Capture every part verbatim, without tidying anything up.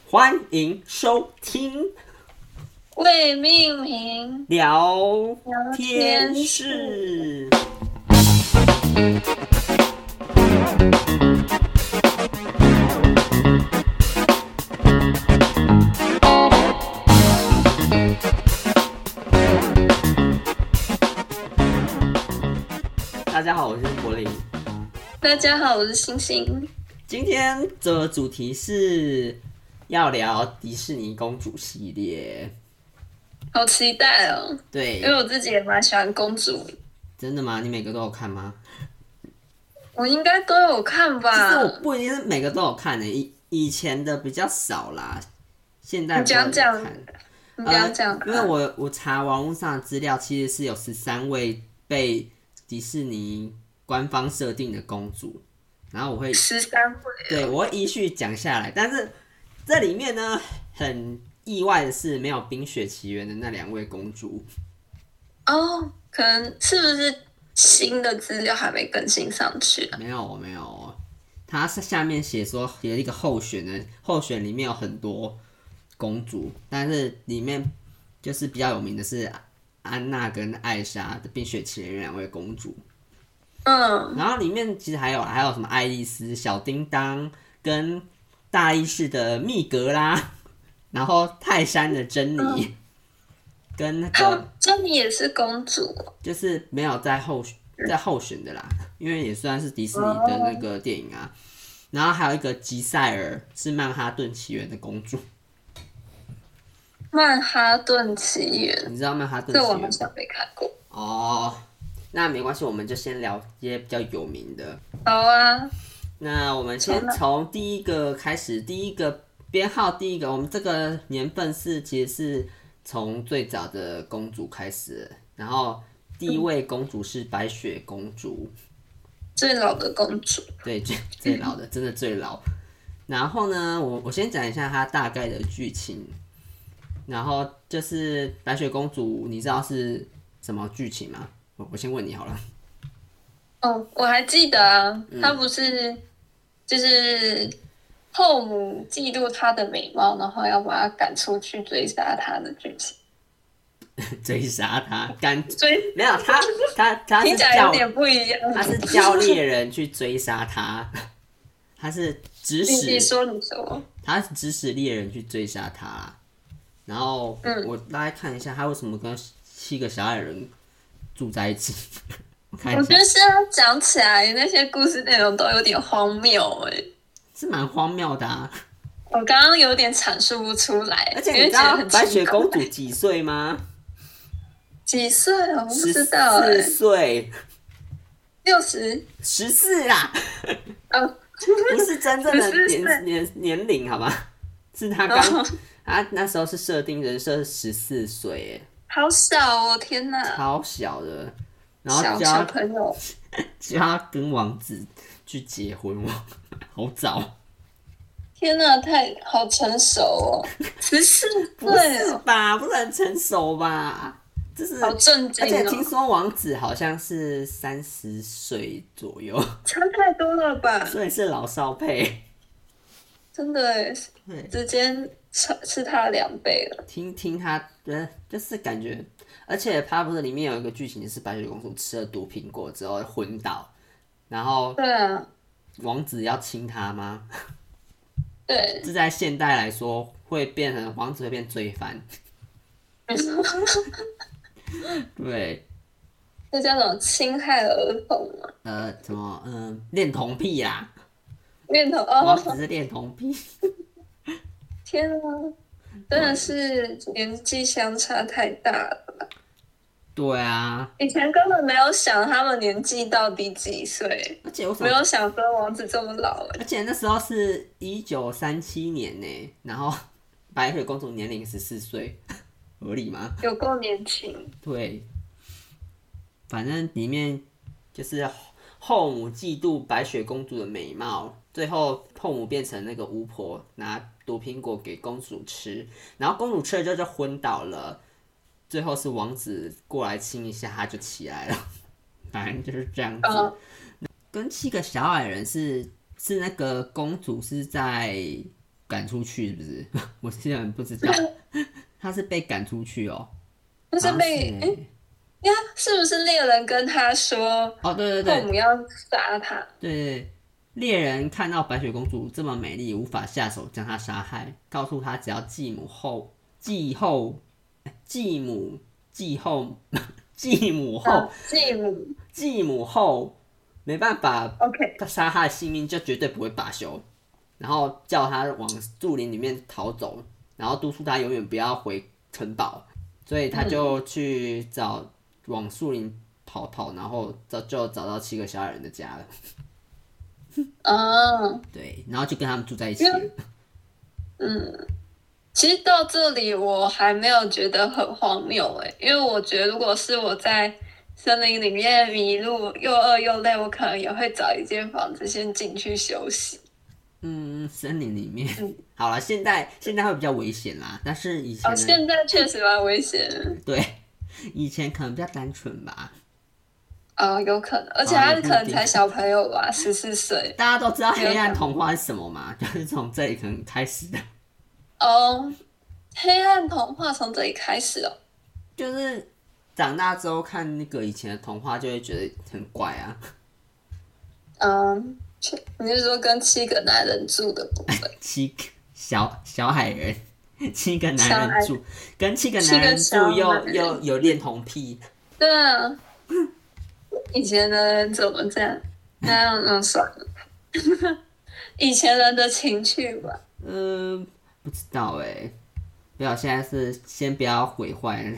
欢迎收听未命名聊天天室。大家好，我是柏林。 大家好，我是星星。 今天的主题是要聊迪士尼公主系列， 好期待哦！ 对， 因为我自己也蛮喜欢公主。 真的吗？你每个都有看吗？ 我应该都有看吧？ 其实我不一定是每个都有看的、欸，以以前的比较少啦，现在你讲讲， 你讲讲、 呃，因为我我查网络上的资料，其实是有十三位被迪士尼官方设定的公主，然后我会十三位、哦， 对，我会依序讲下来。但是这里面呢，很意外的是没有《冰雪奇缘》的那两位公主。 哦，可能是不是新的资料还没更新上去啊？ 没有，没有。它是下面写说有一个候选的，候选里面有很多公主，但是里面就是比较有名的是安娜跟艾莎的《冰雪奇缘》两位公主。 嗯， 然后里面其实还有还有什么爱丽丝、小叮当跟大力士的蜜格拉，然后泰山的珍妮，嗯、跟那个珍妮也是公主， 就是没有在候在候选的啦，因为也算是迪士尼的那个电影啊。然后还有一个吉赛尔是曼哈顿起源的公主。 曼哈顿起源， 你知道曼哈顿起源？ 这我好像没看过。 哦，那没关系，我们就先聊一些比较有名的。 好啊。 那我们先从第一个开始，第一个编号第一个，我们这个年份是其实是从最早的公主开始，然后第一位公主是白雪公主， 最老的公主， 对，最最老的，真的最老。然后呢，我我先讲一下它大概的剧情，然后就是白雪公主，你知道是什么剧情吗？我我先问你好了。 哦，我还记得啊，她不是就是后母嫉妒她的美貌，然后要把她赶出去追杀她的剧情。 追杀她，赶追没有他他他听起来有点不一样。 他是教猎人去追杀他，他是指使你说你说， 他是指使猎人去追杀他。然后、嗯、我大概看一下他为什么跟七个小矮人住在一起。我, 我觉得现在讲起来那些故事内容都有点荒谬哎、欸， 是蛮荒谬的啊。 我刚刚有点阐述不出来， 而且你知道白雪公主几岁吗？ 几岁？我不知道哎、欸。 十四岁。 六十。 十四啦。 哦， 不是真正的年年年龄，好吗？是他刚、哦、他那时候是设定人设是十四岁，哎， 好小哦！天哪， 超小的。然后小小朋友叫他跟王子去结婚，好早。 天哪，太好成熟哦！十四岁， 不是吧？不是很成熟吧？就是好震惊、哦！ 而且听说王子好像是三十岁左右， 差太多了吧？ 所以是老少配。 真的耶，直接是他两倍了。 听听他，就是感觉，而且他不是里面有一个剧情是白雪公主吃了毒苹果之后昏倒，然后对啊， 王子要亲她吗？ 对， 这在现代来说会变成王子会变罪犯。对， 这叫什么侵害儿童吗？ 呃，什么，嗯，恋童癖啦。 恋童哦， 王子是恋童癖。 天啊，真的是年纪相差太大了吧？ 对啊， 以前根本没有想他们年纪到底几岁， 而且我没有想说王子这么老。 而且那时候是一九三七年呢，然后白雪公主年龄十四岁，合理吗？ 有够年轻。 对，反正里面就是后母嫉妒白雪公主的美貌，最后后母变成那个巫婆，拿毒苹果给公主吃，然后公主吃了之后就昏倒了，最后是王子过来亲一下，她就起来了。反正就是这样子。Uh. 跟七个小矮人是是那个公主是在赶出去，是不是？我现在不知道，他是被赶出去哦。 不是被哎呀，是不是猎人跟他说？ 哦，对对对， 后母要杀他。 对对对，猎人看到白雪公主这么美丽，无法下手将她杀害，告诉她只要继母后继后继母继后继母后、 啊、继母继母后没办法 ，OK， 杀她的性命，就绝对不会罢休。然后叫她往树林里面逃走，然后督促她永远不要回城堡，所以他就去找往树林跑跑，然后找就找到七个小矮人的家了。 嗯， 对，然后就跟他们住在一起了。 嗯，其实到这里我还没有觉得很荒谬诶，因为我觉得如果是我在森林里面迷路，又饿又累，我可能也会找一间房子先进去休息。 嗯，森林里面， 嗯、 好了，现在现在会比较危险啦，但是以前、 哦，现在确实蛮危险的。 对，以前可能比较单纯吧。 哦，有可能，而且他可能才小朋友吧，十四岁。 大家都知道黑暗童话是什么吗？就是从这里可能开始的。 哦，黑暗童话从这里开始哦。 就是长大之后看那个以前的童话，就会觉得很怪啊。 嗯，你是说跟七个男人住的部分？ 七个小小矮人，七个男人住，跟七个男人住又又有恋童癖。 对啊，以前的人怎么这样？那样那算了，以前人的情趣吧。 嗯、呃，不知道哎。不要，现在是先不要毁坏。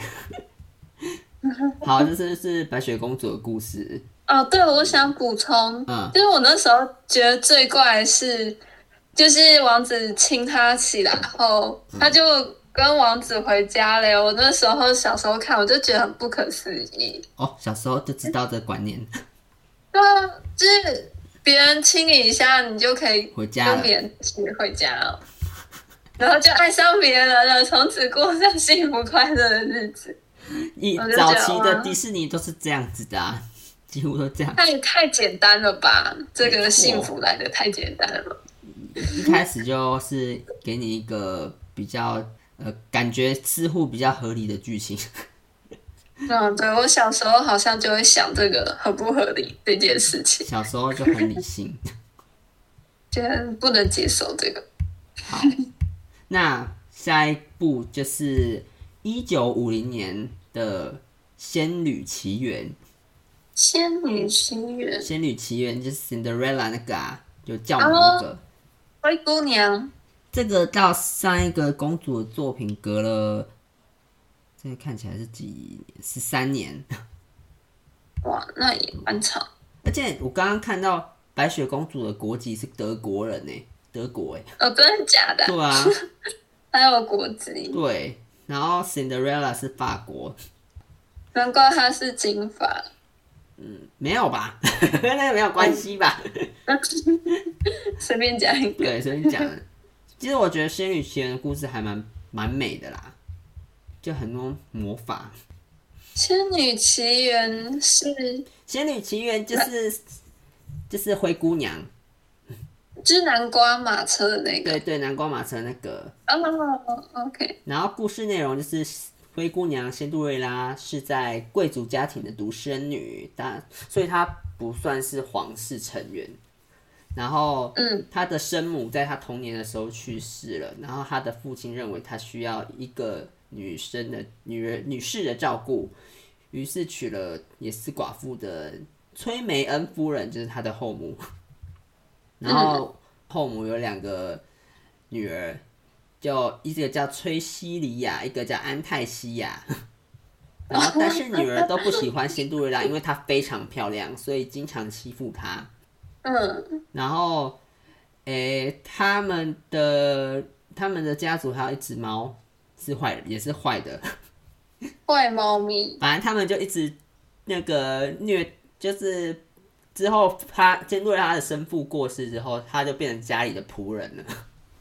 好，这是是白雪公主的故事。 哦，对，我想补充，嗯，就是我那时候觉得最怪的是，就是王子亲她起来后，嗯、他就跟王子回家了。我那时候小时候看，我就觉得很不可思议。 哦，小时候就知道这个观念。 对啊，就是别人亲你一下，你就可以回家了， 跟别人一起回家了，然后就爱上别人了，从此过上幸福快乐的日子。 早期的迪士尼都是这样子的啊。几乎都这样， 太太简单了吧？这个幸福来的太简单了。 一开始就是给你一个比较呃，感觉似乎比较合理的剧情。 嗯，对，我小时候好像就会想这个合不合理这件事情。 小时候就很理性， 觉得不能接受这个。 好，那下一部就是一九五零年的《仙女奇缘》。 仙女奇缘， 仙女奇缘就是 Cinderella 那个啊，有教母那个灰姑娘。 这个到上一个公主的作品隔了，这个看起来是几年？十三年。 哇，那也蛮长。 而且我刚刚看到白雪公主的国籍是德国人呢，德国哎。 哦，真的假的？ 对啊， 还有国籍。 对，然后 Cinderella 是法国， 难怪她是金发。 嗯，没有吧？跟那个没有关系吧？ 随便讲一个。 对，随便讲。其实我觉得《仙女奇缘》的故事还蛮蛮美的啦，就很多魔法。 仙女奇缘是仙女奇缘就是就是灰姑娘， 就是南瓜马车的那个。 对对，南瓜马车那个。 哦、oh, ，OK。 然后故事内容就是灰姑娘仙杜瑞拉是在贵族家庭的独生女，但所以她不算是皇室成员。然后，嗯，她的生母在她童年的时候去世了，然后她的父亲认为她需要一个女生的女人女士的照顾，于是娶了也是寡妇的崔梅恩夫人，就是她的后母。然后后母有两个女儿，就一个叫崔西里亚，一个叫安泰西亚。然后，但是女儿都不喜欢仙杜瑞拉，因为她非常漂亮，所以经常欺负她。嗯，然后，诶，他们的他们的家族还有一只猫，是坏的，也是坏的， 坏猫咪。 反正他们就一直那个虐，就是之后他仙杜瑞拉的生父过世之后，他就变成家里的仆人了。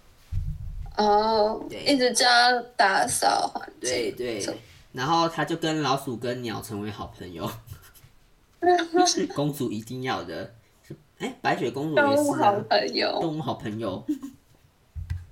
哦，一直叫他打扫环境。 对对，然后他就跟老鼠跟鸟成为好朋友。公主一定要的。哎，白雪公主也是、啊、 动物好朋友， 动物好朋友。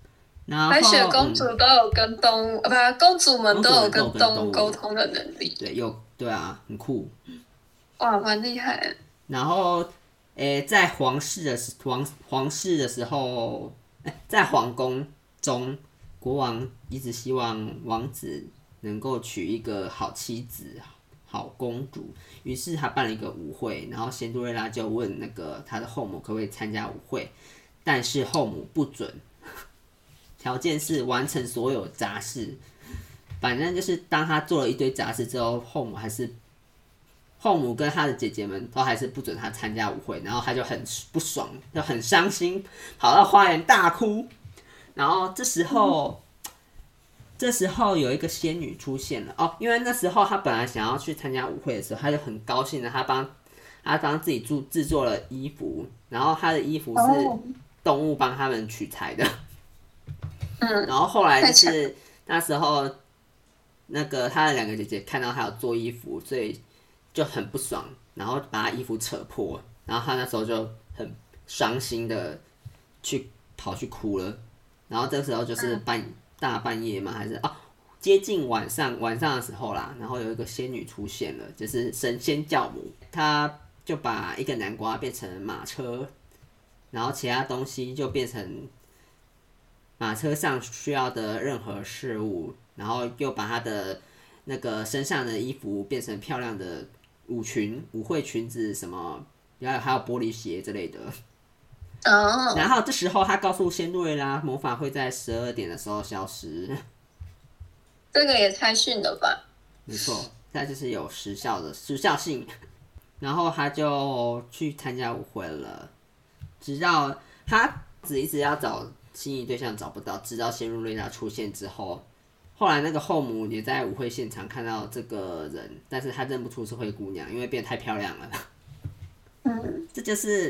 然后白雪公主都有跟动物，嗯、不，公主们都有跟动物沟通的能力。 对，有对啊，很酷。 哇，蛮厉害的。 然后，诶，在皇室的时皇皇室的时候，在皇宫中，国王一直希望王子能够娶一个好妻子、好公主，于是他办了一个舞会，然后仙杜瑞拉就问那个他的后母可不可以参加舞会，但是后母不准，条件是完成所有杂事。反正就是当他做了一堆杂事之后，后母还是后母跟他的姐姐们都还是不准他参加舞会，然后他就很不爽，就很伤心，跑到花园大哭。然后这时候，嗯、这时候有一个仙女出现了哦，因为那时候他本来想要去参加舞会的时候，他就很高兴的，他帮他帮自己制制作了衣服，然后他的衣服是动物帮他们取材的。 嗯， 然后后来就是那时候，那个他的两个姐姐看到他有做衣服，所以就很不爽，然后把他衣服扯破，然后他那时候就很伤心的去跑去哭了。然后这时候就是半大半夜嘛，还是哦接近晚上晚上的时候啦，然后有一个仙女出现了，就是神仙教母，她就把一个南瓜变成马车，然后其他东西就变成马车上需要的任何事物，然后又把她的那个身上的衣服变成漂亮的舞裙、舞会裙子什么，然后还有玻璃鞋之类的。 哦， 然后这时候他告诉仙杜瑞拉，魔法会在十二点的时候消失。 这个也太逊了吧！ 没错，它就是有时效的时效性。然后他就去参加舞会了，直到他只一直要找心仪对象找不到，直到仙杜瑞拉出现之后，后来那个后母也在舞会现场看到这个人，但是他认不出是灰姑娘，因为变得太漂亮了。 嗯， 这就是。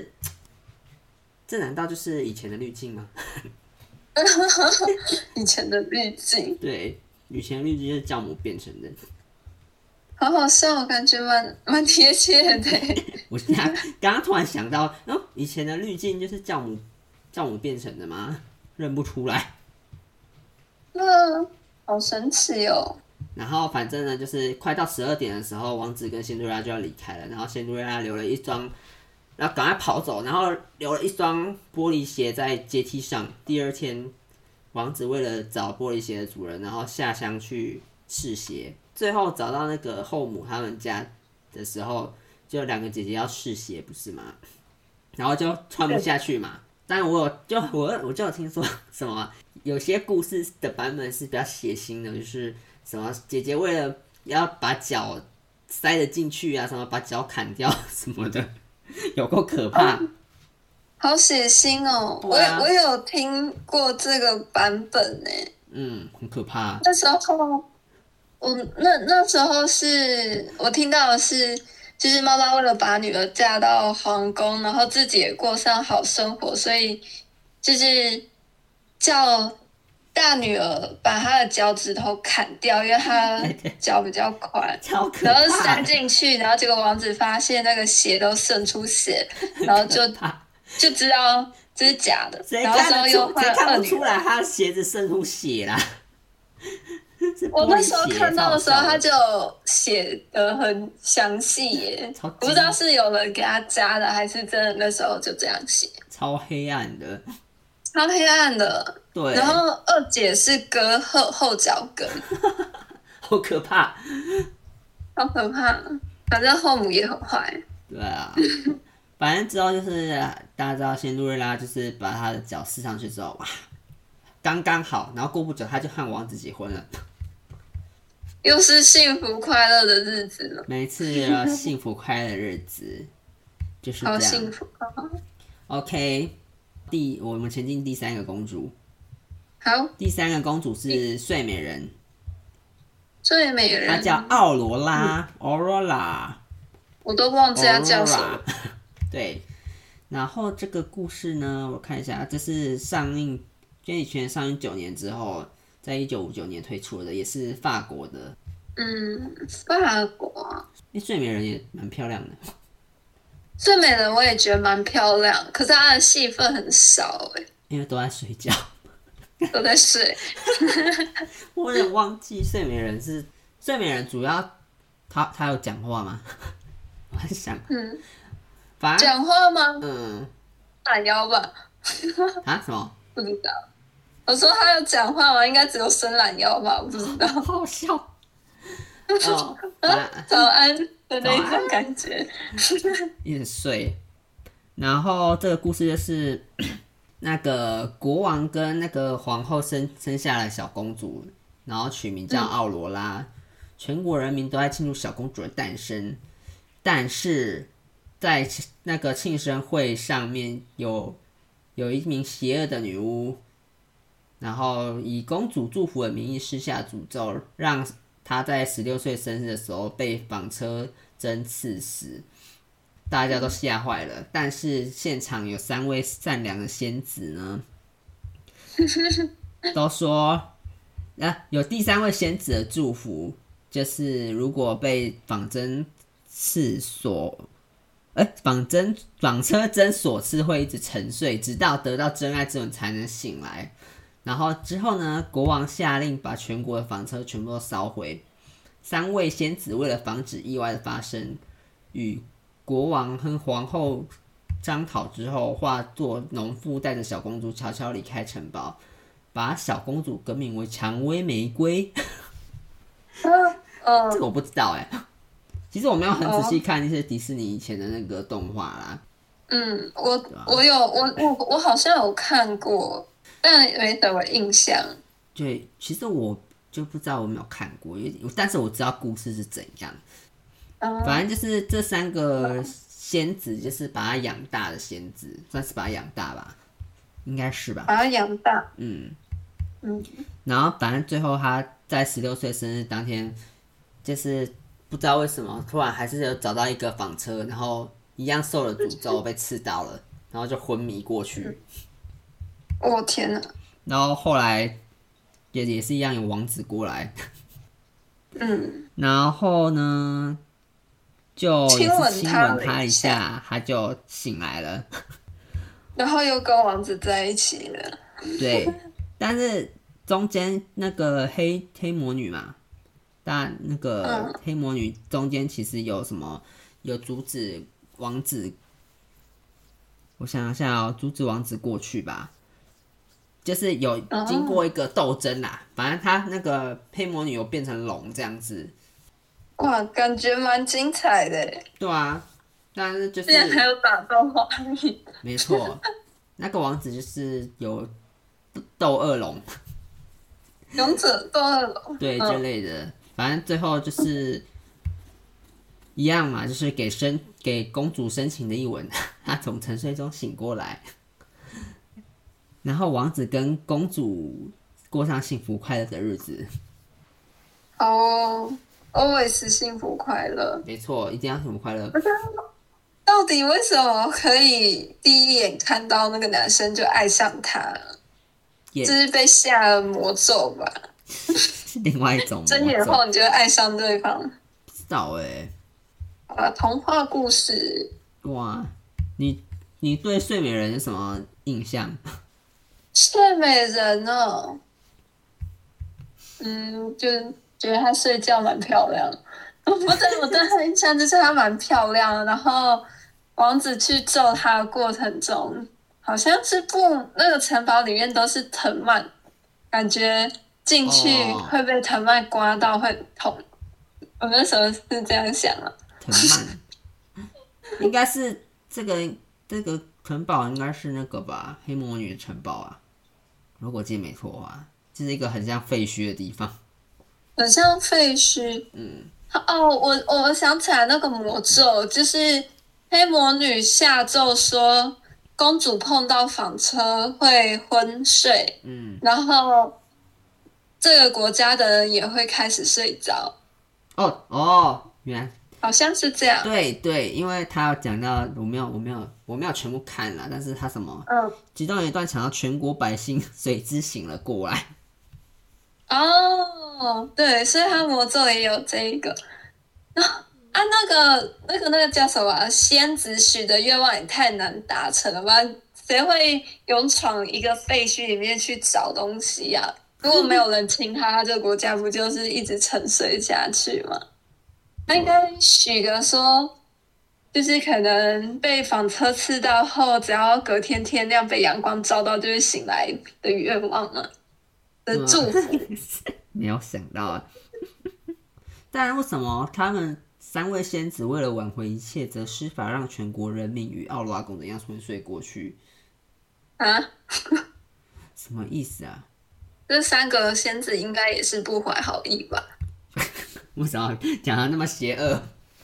这难道就是以前的滤镜吗？ 以前的滤镜， 对，以前的滤镜就是教母变成的， 好好笑，感觉蛮蛮贴切的。 我现在刚刚突然想到，哦，以前的滤镜就是教母教母变成的吗？认不出来。 那好神奇哦。 然后反正呢，就是快到十二点的时候，王子跟仙杜瑞拉就要离开了，然后仙杜瑞拉留了一双。然后赶快跑走，然后留了一双玻璃鞋在阶梯上。第二天，王子为了找玻璃鞋的主人，然后下乡去试鞋。最后找到那个后母他们家的时候，就两个姐姐要试鞋，不是吗？然后就穿不下去嘛。但我有就我我就有听说什么，有些故事的版本是比较血腥的，就是什么姐姐为了要把脚塞得进去啊，什么把脚砍掉什么的。有够可怕，哦， 好血腥哦！啊、我我有听过这个版本呢。 嗯，很可怕。 那时候，我那那时候是我听到的是，就是妈妈为了把女儿嫁到皇宫，然后自己也过上好生活，所以就是叫大女儿把她的脚趾头砍掉，因为她脚比较宽，然后塞进去，然后结果王子发现那个血都渗出血，然后就就知道这是假的，然后之后又换看不出来他鞋子渗出血啦。 我那时候看到的时候，他就写得很详细耶，我不知道是有人给他加的，还是真的那时候就这样写。 超黑暗的， 超黑暗的。 对。 然后二姐是割后后脚跟， 好可怕， 好可怕。反正后母也很坏。 对啊，反正之后就是大家知道，仙杜瑞拉就是把他的脚撕上去之后，哇，刚刚好，然后过不久他就和王子结婚了。 又是幸福快乐的日子了。 每次幸福快乐的日子就是这样。 好幸福啊 ！OK， 第我们前进第三个公主。 好， 第三个公主是睡美人。 睡美人， 她叫奥罗拉 （Aurora）。 我都忘记她叫什么。 对，然后这个故事呢，我看一下，这是上映《娟女权》上映九年之后。在一九五九年推出的，也是法国的。 嗯，法国。 因为睡美人也蛮漂亮的。 睡美人我也觉得蛮漂亮，可是她的戏份很少哎。 因为都在睡觉。 都在睡。 我有点忘记睡美人是睡美人主要他他有讲话吗？我在想， 嗯， 反正讲话吗？ 嗯懒腰吧？ 啊什么？ 不知道。我说他有讲话吗？应该只有伸懒腰吧？我不知道。 好好笑哦，反正早安的那一种感觉。 一直睡。然后这个故事就是那个国王跟那个皇后生生下了小公主，然后取名叫奥罗拉，嗯、全国人民都在庆祝小公主的诞生。但是在那个庆生会上面有有一名邪恶的女巫，然后以公主祝福的名义施下诅咒，让她在十六岁生日的时候被纺车针刺死。大家都吓坏了，但是现场有三位善良的仙子呢，都说，啊，有第三位仙子的祝福，就是如果被纺针刺所，哎、欸，纺针纺车针所刺会一直沉睡，直到得到真爱之吻才能醒来。然后之后呢，国王下令把全国的纺车全部都烧毁。三位仙子为了防止意外的发生，与国王和皇后商讨之后，化作农妇带着小公主悄悄离开城堡，把小公主更名为蔷薇玫瑰。 嗯， 这个我不知道哎、欸。其实我没有很仔细看那些迪士尼以前的那个动画啦。 嗯，我我有我我我好像有看过，但没什么印象。 对，其实我就不知道我没有看过，但是我知道故事是怎样。反正就是这三个仙子，就是把他养大的仙子，算是把他养大吧，应该是吧？ 把他养大， 嗯嗯。 然后反正最后他在十六岁生日当天，就是不知道为什么突然还是有找到一个纺车，然后一样受了诅咒，被刺到了，然后就昏迷过去。 哦天哪！ 然后后来也也是一样有王子过来， 嗯。 然后呢？就也是亲吻他一下， 下，他就醒来了， 然后又跟王子在一起了。 对，但是中间那个黑黑魔女嘛，但那个黑魔女中间其实有什么？有阻止王子，我想一下哦，阻止王子过去吧，就是有经过一个斗争啦，反正他那个黑魔女有变成龙这样子。 哇，感觉蛮精彩的。 对啊，但是就是现在还有打斗画面。 没错，那个王子就是有斗恶龙， 勇者斗恶龙， 对之类的，嗯、反正最后就是一样嘛，就是给申给公主深情的一吻，他从沉睡中醒过来，然后王子跟公主过上幸福快乐的日子。 哦。always 幸福快乐， 没错，一定要幸福快乐。 到底为什么可以第一眼看到那个男生就爱上他？这、yeah. 是被下了魔咒吧？ 是另外一种魔咒。 睁眼后你就会爱上对方？ 不知道哎、欸。 啊，童话故事。 哇，你你对睡美人有什么印象？ 睡美人哦，嗯，就。觉得她睡觉蛮漂亮，我对我对她印象就是她蛮漂亮的。然后王子去救她的过程中，好像是布那个城堡里面都是藤蔓，感觉进去会被藤蔓刮到会痛。我那时候是这样想啊。 藤蔓应该是这个这个城堡应该是那个吧，黑魔女的城堡啊，如果记得没错的话，就是一个很像废墟的地方。 很像废墟，嗯，哦，我我想起来那个魔咒，就是黑魔女下咒说，公主碰到纺车会昏睡，嗯，然后这个国家的人也会开始睡着。 哦哦，原来好像是这样。 对对，因为他有讲到，我没有我没有我没有全部看了，但是他什么，嗯，其中有一段讲到全国百姓随之醒了过来。 哦，对，所以他魔咒也有这一个啊啊，那个那个那个叫什么、啊？仙子许的愿望也太难达成了吧？ 谁会勇闯一个废墟里面去找东西呀、啊？如果没有人亲他，他这个国家不就是一直沉睡下去吗？他应该许个说，就是可能被纺车刺到后，只要隔天天亮被阳光照到，就会醒来的愿望嘛的祝福。 没有想到啊！但为什么他们三位仙子为了挽回一切，则施法让全国人民与奥罗拉公主一样顺遂过去？ 啊？ 什么意思啊？ 这三个仙子应该也是不怀好意吧？ 为什么讲的那么邪恶？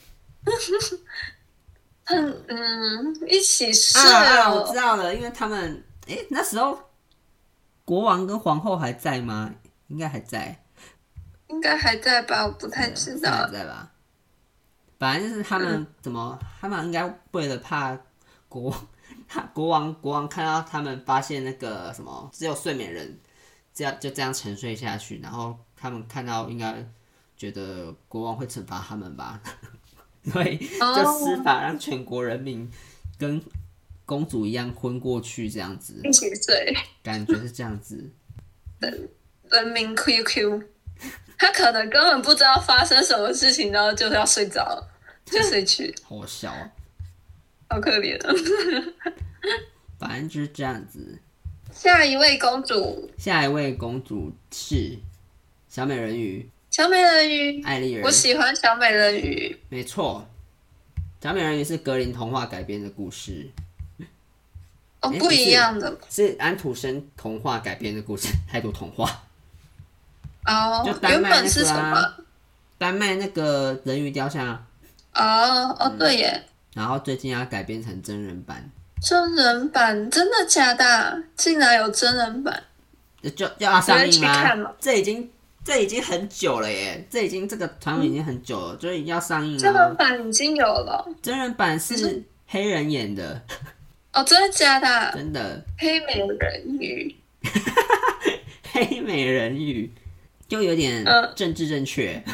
嗯嗯，一起睡啊啊！ 哦。 我知道了，因为他们哎、欸，那时候国王跟皇后还在吗？应该还在， 应该还在吧？我不太知道。 还在吧？反正就是他们怎么，嗯、他们应该为了怕国国王国王看到他们发现那个什么只有睡美人，这样就这样沉睡下去，然后他们看到应该觉得国王会惩罚他们吧，所以就施法让全国人民跟公主一样昏过去，这样子一起睡， 感觉是这样子。 人人民 Q Q， 他可能根本不知道发生什么事情，然后就是要睡着了，就睡去， 好笑， 好可怜啊！ 反正就是这样子。 下一位公主， 下一位公主是小美人鱼。 小美人鱼， 艾丽儿， 我喜欢小美人鱼。 没错，小美人鱼是格林童话改编的故事。 哦，不一样的， 是安徒生童话改编的故事，太多童话。 哦， 就丹麦、那个啊、 原本是什么？ 丹麦那个人鱼雕像啊。 哦哦，对耶。 然后最近要改编成真人版。 真人版真的假的？竟然有真人版？ 就要上映吗？ 这已经这已经很久了耶，这已经这个传闻已经很久了，嗯、就是要上映了。 真人版已经有了。 真人版是黑人演的。 哦，真的假的？ 真的。 黑美人鱼。 黑美人鱼就有点政治正确。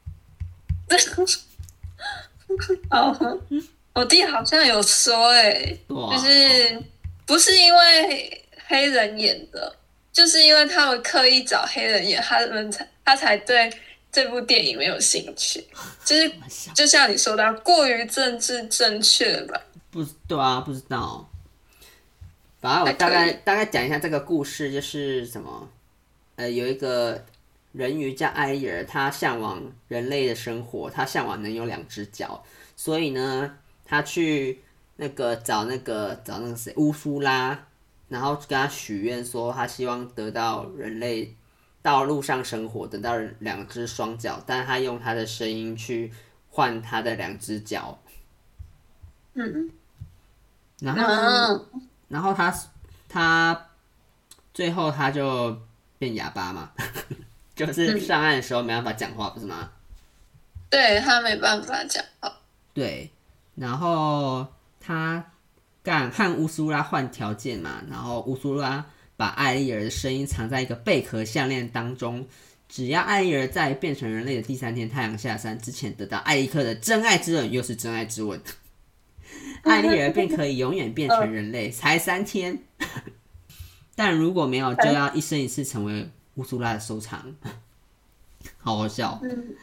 哦，我弟好像有说、欸，哎，就是不是因为黑人演的，就是因为他们刻意找黑人演，他们才他才对这部电影没有兴趣。就是就像你说的，过于政治正确吧？ 不，对啊，不知道。反正我大概大概讲一下这个故事，就是什么，呃，有一个人鱼叫艾丽儿，他向往人类的生活，他向往能有两只脚，所以呢，他去那个找那个找那个谁乌苏拉，然后跟他许愿说，他希望得到人类到路上生活，得到两只双脚，但他用他的声音去换他的两只脚。 嗯， 然后呢？嗯然后他他最后他就变哑巴嘛，就是上岸的时候没办法讲话，不是吗？ 对，他没办法讲话。 对，然后他干和乌苏拉换条件嘛，然后乌苏拉把艾丽儿的声音藏在一个贝壳项链当中，只要艾丽儿在变成人类的第三天太阳下山之前得到艾利克的真爱之吻，又是真爱之吻。艾丽儿便可以永远变成人类，才三天。但如果没有，就要一生一世成为乌苏拉的收藏。好好笑。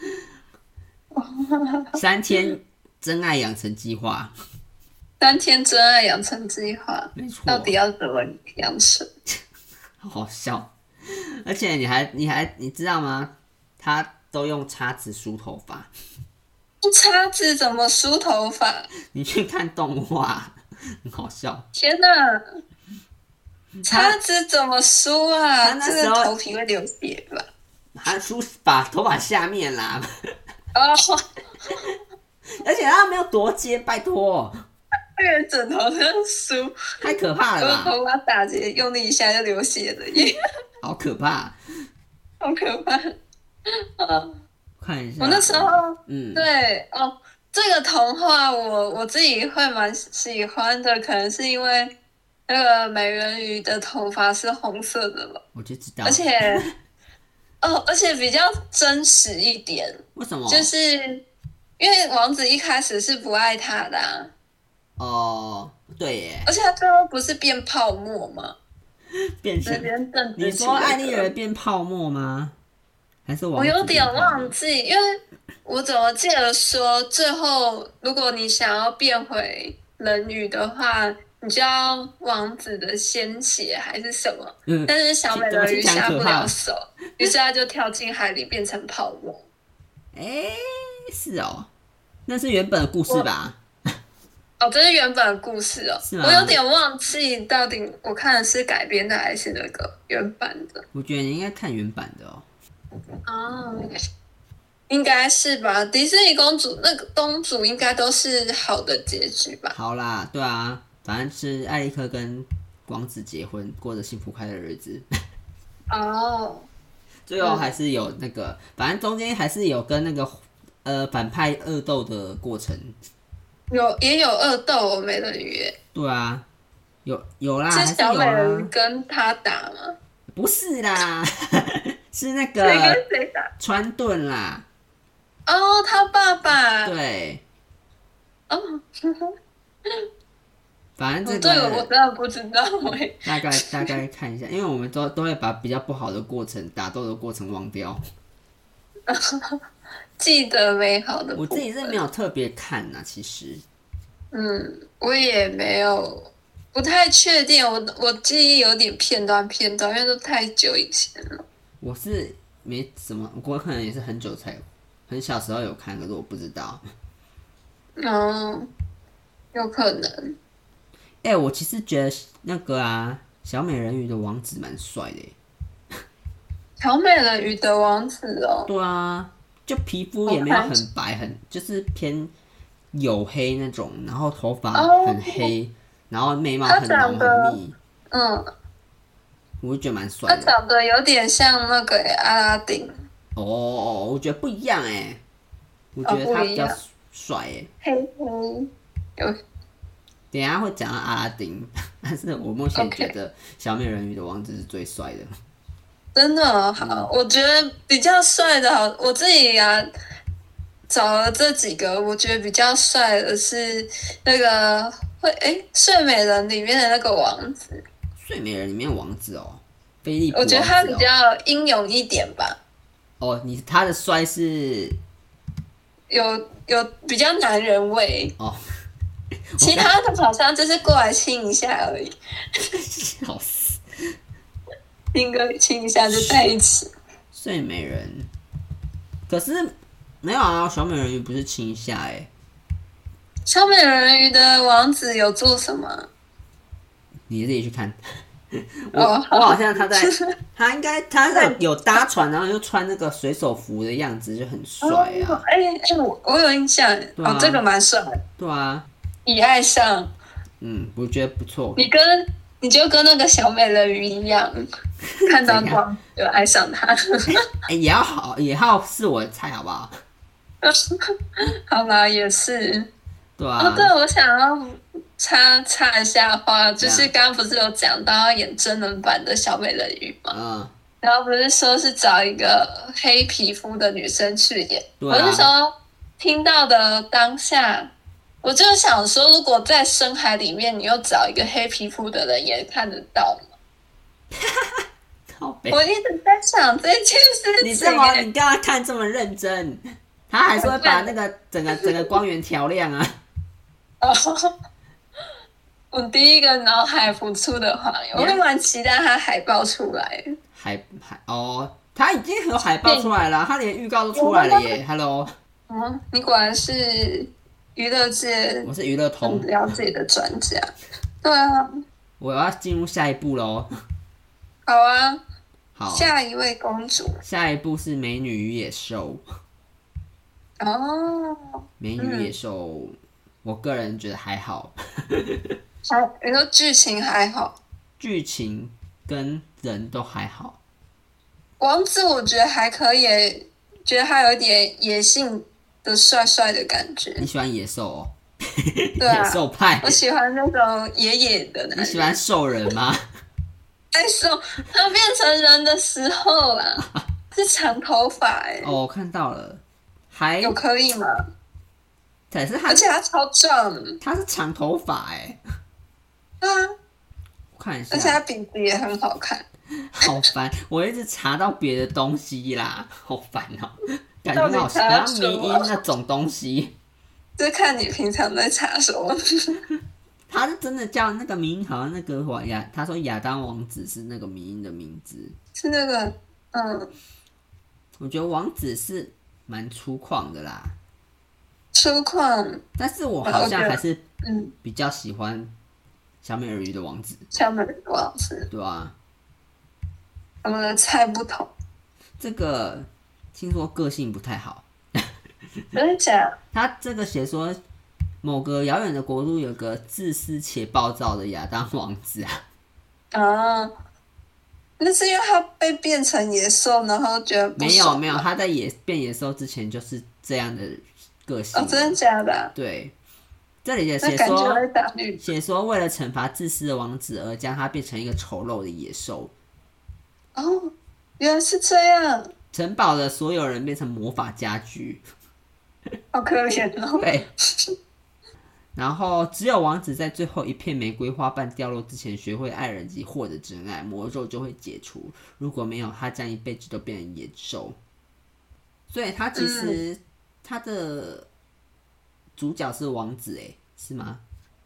三天真爱养成计划。 三天真爱养成计划， 没错。 到底要怎么养成？ 好好笑。而且你还你还你知道吗？他都用叉子梳头发。 叉子怎么梳头发？ 你去看动画，很好笑。 天哪！叉子怎么梳啊？这个头皮会流血吧？ 他梳把头发下面啦。 哦。 而且他没有多尖，拜托。 那个枕头这样梳， 太可怕了吧！ 头发打结，用力一下就流血了耶！ 好可怕， 好可怕。啊看一下， 我那时候， 嗯， 对哦，这个童话我我自己会蛮喜欢的，可能是因为那个美人鱼的头发是红色的吧， 我就知道， 而且，哦，而且比较真实一点。 为什么？ 就是因为王子一开始是不爱她的、啊。 哦， 对耶， 而且他最后不是变泡沫吗？ 变成那边邓你紫棋的说艾丽歌儿变泡沫吗？还是我王子有点变泡沫？ 忘记，因为我怎么记得说，最后如果你想要变回人鱼的话，你就要王子的鲜血还是什么？ 嗯， 但是小美怎么听起来很人鱼下不可怕？ 了手，于是他就跳进海里变成泡沫。 哎、是哦，那是原本的故事我吧？ 哦，这是原本的故事哦， 是吗？ 我有点忘记到底我看的是改编的还是那个原版的。 我觉得你应该看原版的哦。 哦，应该是吧？迪士尼公主那个公主应该都是好的结局吧？ 好啦，对啊，反正是艾利克跟王子结婚，过着幸福快乐的日子。 哦， 最后还是有那个，反正中间还是有跟那个呃反派恶斗的过程。 有也有恶斗哦，美人鱼耶， 对啊，有有啦， 是还是有小美人鱼啊。 跟他打吗？ 不是啦，是那谁跟个谁打？ 川顿啦。 哦，他爸爸。 对， 哦， 反正这哦对了，我个真的不知道哎。 大概大概看一下，因为我们都都会把比较不好的过程、打斗的过程忘掉。 记得美好的部分。 我自己是没有特别看呐，其实。 嗯，我也没有，不太确定。我我记忆有点片段片段，因为都太久以前了。 我是没什么，我可能也是很久才，很小时候有看，可是我不知道。 嗯，有可能。 哎、欸，我其实觉得那个啊，小美人鱼的王子蛮帅的耶。 小美人鱼的王子哦， 对啊，就皮肤也没有很白，很就是偏黝黑那种，然后头发很黑， 哦、 然后眉毛他很浓很密， 嗯， 我就觉得蛮帅他的。 长得有点像那个阿拉丁。 哦，我觉得不一样哎，我觉哦， 得他比较不一样， 帅哎。 黑黑有。 等一下会讲到阿拉丁，但是我目前 OK 觉得小美人鱼的王子是最帅的。 真的好， 嗯我觉得比较帅的好，我自己呀、找了这几个，我觉得比较帅的是那个会诶，睡美人里面的那个王子， 睡美人里面王子哦，菲利普我王子、哦、 觉得他比较英勇一点吧， 哦，你他的帅是有有比较男人味， 哦， 其他的好像就是过来亲一下而已， 笑死。 亲个亲一下就在一起。 睡美人，可是没有啊，小美人鱼不是亲一下哎、欸， 小美人鱼的王子有做什么？ 你自己去看。我、 哦， 我好像他在，他应该他在有搭船，然后又穿那个水手服的样子，就很帅啊。 哎哎、欸欸，我我有印象， 啊、 哦，这个蛮帅的。 对啊， 已爱上嗯，我觉得不错。 你跟你就跟那个小美人鱼一样，看到光就爱上他。 哎、欸，也要好，也要是我的菜，好不好？ 好啦，也是。 对啊。 哦，对，我想要插插一下话，就是刚刚不是有讲到要演真人版的小美人鱼吗？ 嗯。 然后不是说是找一个黑皮肤的女生去演， 啊、 我那时候听到的当下。我就想说，如果在深海里面，你又找一个黑皮肤的人，也看得到吗？我一直在想这件事情。 你这么，你干嘛看这么认真？他还是会把那个整个整个光源调亮啊。 哦，我第一个脑海浮出的画面，我会蛮期待他海报出来。 海海哦，他已经有海报出来了，他连预告都出来了耶 ！Hello， 嗯，你果然是。娱乐界， 我是娱乐通了解的专家。对啊， 我要进入下一步喽。 好啊， 好， 下一位公主， 下一步是《美女与野兽》。 哦， 美女与野兽、嗯，我个人觉得还好。 还你说剧情还好， 剧情跟人都还好。 王子我觉得还可以，觉得他有点野性。的帅帅的感觉， 你喜欢野兽哦？ 对啊， 野兽派。 我喜欢那种野野的男人。 你喜欢兽人吗？ 哎，兽，他变成人的时候啦，是长头发哎。 哦，我看到了，还有可以吗？ 可是他， 而且他超壮， 他是长头发哎。 啊， 我看一而且他下， 鼻子也很好看。 好烦，我一直查到别的东西啦，好烦哦、感觉到很好笑， 底查然后迷什么？ 音那种东西。 就看你平常在查什么。 他是真的叫那个迷音，好像那个亚，他说亚当王子是那个迷音的名字。 是那个，嗯， 我觉得王子是蛮粗犷的啦， 粗犷。 但是我我好我觉得， 像还是嗯， 比较喜欢小美人鱼的王子， 小美人鱼老师， 对啊， 我们的菜不同。 这个听说个性不太好， 真的假的？ 他这个写说某个遥远的国度有个自私且暴躁的亚当王子啊， 啊，那是因为他被变成野兽，然后觉得不没有没有， 爽吧。 他在野变野兽之前就是这样的个性哦， 了， 真的假的啊？ 对。这里也那感觉写说， 会打绿。 写说为了惩罚自私的王子而将他变成一个丑陋的野兽， 哦，原来是这样， 城堡的所有人变成魔法家具， 好可怜哦。 对。然后只有王子在最后一片玫瑰花瓣掉落之前学会爱人及获得真爱，魔咒就会解除。如果没有，他将一辈子都变成野兽。所以他其实、嗯、他的主角是王子，哎，是吗？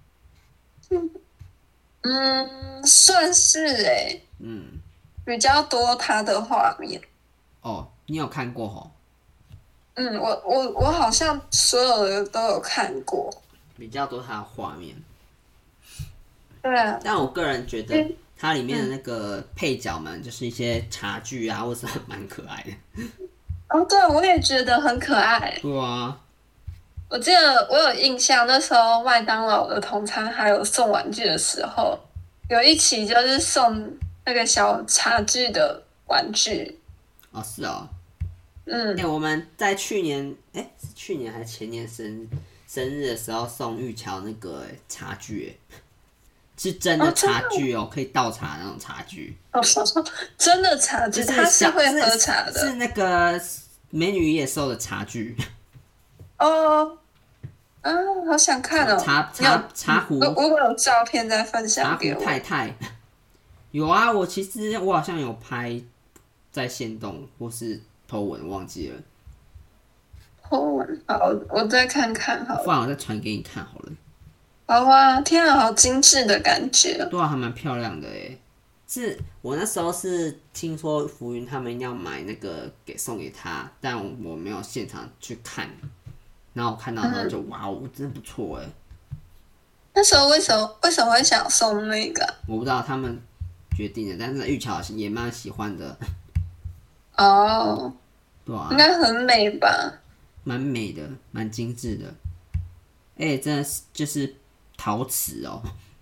嗯，算是哎。 嗯， 比较多他的画面。 哦，你有看过吼？ 嗯，我我我好像所有的都有看过。 比较多他的画面。 对啊。 但我个人觉得它里面的那个配角们，就是一些茶具啊，或是蛮可爱的。 哦，对，我也觉得很可爱。 对啊。 我记得我有印象，那时候麦当劳的同餐还有送玩具的时候，有一期就是送那个小茶具的玩具。 哦，是哦。 嗯。 哎、欸，我们在去年，哎、欸，是去年还是前年生生日的时候送玉桥那个、欸、茶具，哎，是真的茶具哦，可以倒茶那种茶具。 哦，真的茶具，他是会喝茶的。 是, 是那个美女与野兽的茶具。 哦。啊，好想看哦！ 茶茶茶壶， 如果有照片再分享给我。 茶壶太太，有啊，我其实我好像有拍在限动或是po文，忘记了。 po文，好，我再看看好了。 不然我再传给你看好了。 好啊，天啊，好精致的感觉。 对啊，还蛮漂亮的诶。是我那时候是听说浮云他们要买那个给送给他，但我没有现场去看。然后我看到的时候就、嗯、哇，真的不错哎！ 那时候为什么为什么会想送那个？ 我不知道他们决定的，但是玉桥也蛮喜欢的。 哦， 对啊， 应该很美吧？ 蛮美的，蛮精致的。哎、欸，真的是就是陶瓷哦，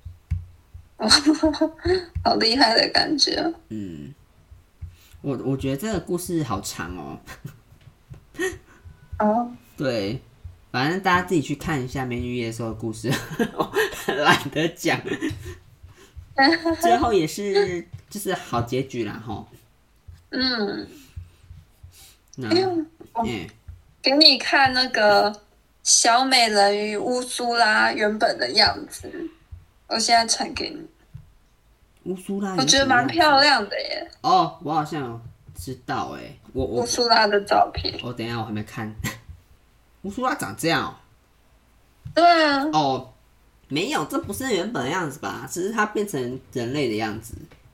好厉害的感觉。 嗯，我我觉得这个故事好长哦。 哦， 对。反正大家自己去看一下《美女与野兽》的故事，懒得讲。最后也是就是好结局啦齁。 嗯。 那哎呦，欸、给你看那个小美人鱼乌苏拉原本的样子，我现在传给你。 乌苏拉， 我觉得蛮漂亮的耶。 哦，我好像有知道哎、欸，我我乌苏拉的照片。 我、哦、等一下我还没看。乌苏拉长这样、喔， 对啊。 哦，没有，这不是原本的样子吧？只是它变成人类的样子。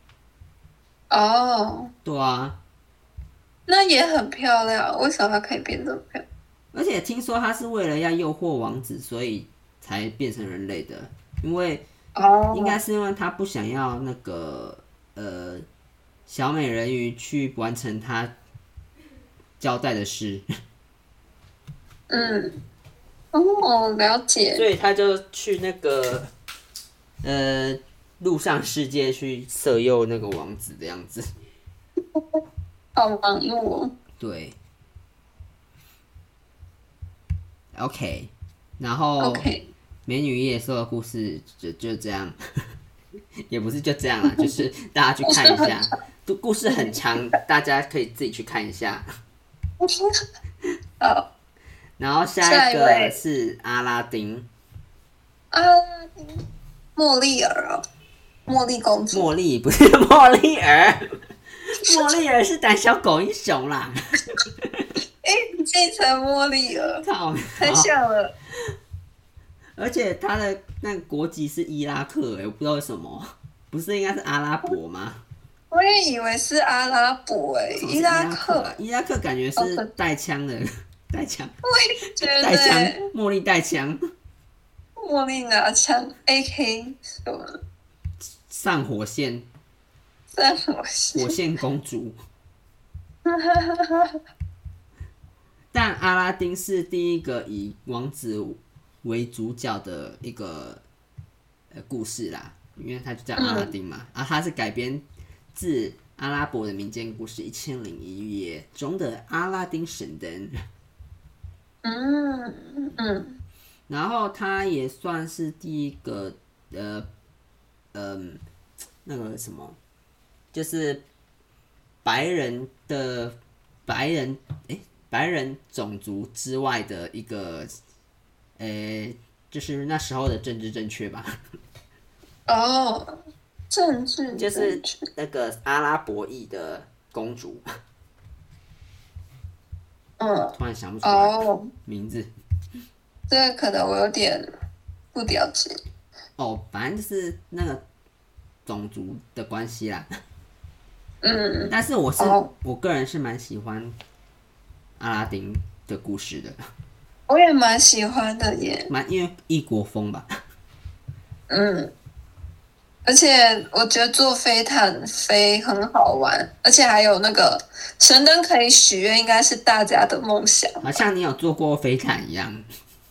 哦。 对啊。 那也很漂亮，为什么它可以变这么漂亮？ 而且听说它是为了要诱惑王子，所以才变成人类的。因为， 哦， 应该是因为他不想要那个呃小美人鱼去完成他交代的事。 嗯，哦，了解。 所以他就去那个呃陆上世界去色诱那个王子的样子。 好忙碌哦。 对。OK， 然后《美女与野兽》的故事就就这样，也不是就这样啦，就是大家去看一下，故事很长，大家可以自己去看一下。 好。 然后下一个是阿拉丁。 阿拉丁， 茉莉儿哦，茉莉公主。 茉莉不是茉莉儿，茉莉儿是胆小狗英雄啦。 哎、欸，变成茉莉儿，太像了。 而且他的那个国籍是伊拉克、欸，我不知道为什么，不是应该是阿拉伯吗？ 我也以为是阿拉伯、欸，哎，伊拉克、 啊，伊拉克感觉是带枪的，带枪， 我也觉得带枪，茉莉带枪， 茉莉拿枪 ，A K 什么？ 上火线， 上火线， 火线公主。但阿拉丁是第一个以王子为主角的一个呃故事啦，因为他就叫阿拉丁嘛，嗯、啊，他是改编自阿拉伯的民间故事《一千零一夜》中的阿拉丁神灯。 嗯嗯， 然后他也算是第一个呃嗯、呃、那个什么，就是白人的白人哎、欸、白人种族之外的一个呃、欸、就是那时候的政治正确吧。 哦，政治正确就是那个阿拉伯裔的公主。 嗯， 突然想不出来名字。 哦，这个可能我有点不了解。 哦，反正就是那个种族的关系啦。 嗯， 但是我是、 哦、 我个人是蛮喜欢阿拉丁的故事的。 我也蛮喜欢的耶， 蛮因为异国风吧。 嗯，而且我觉得坐飞毯飞很好玩，而且还有那个神灯可以许愿，应该是大家的梦想。 好像你有坐过飞毯一样。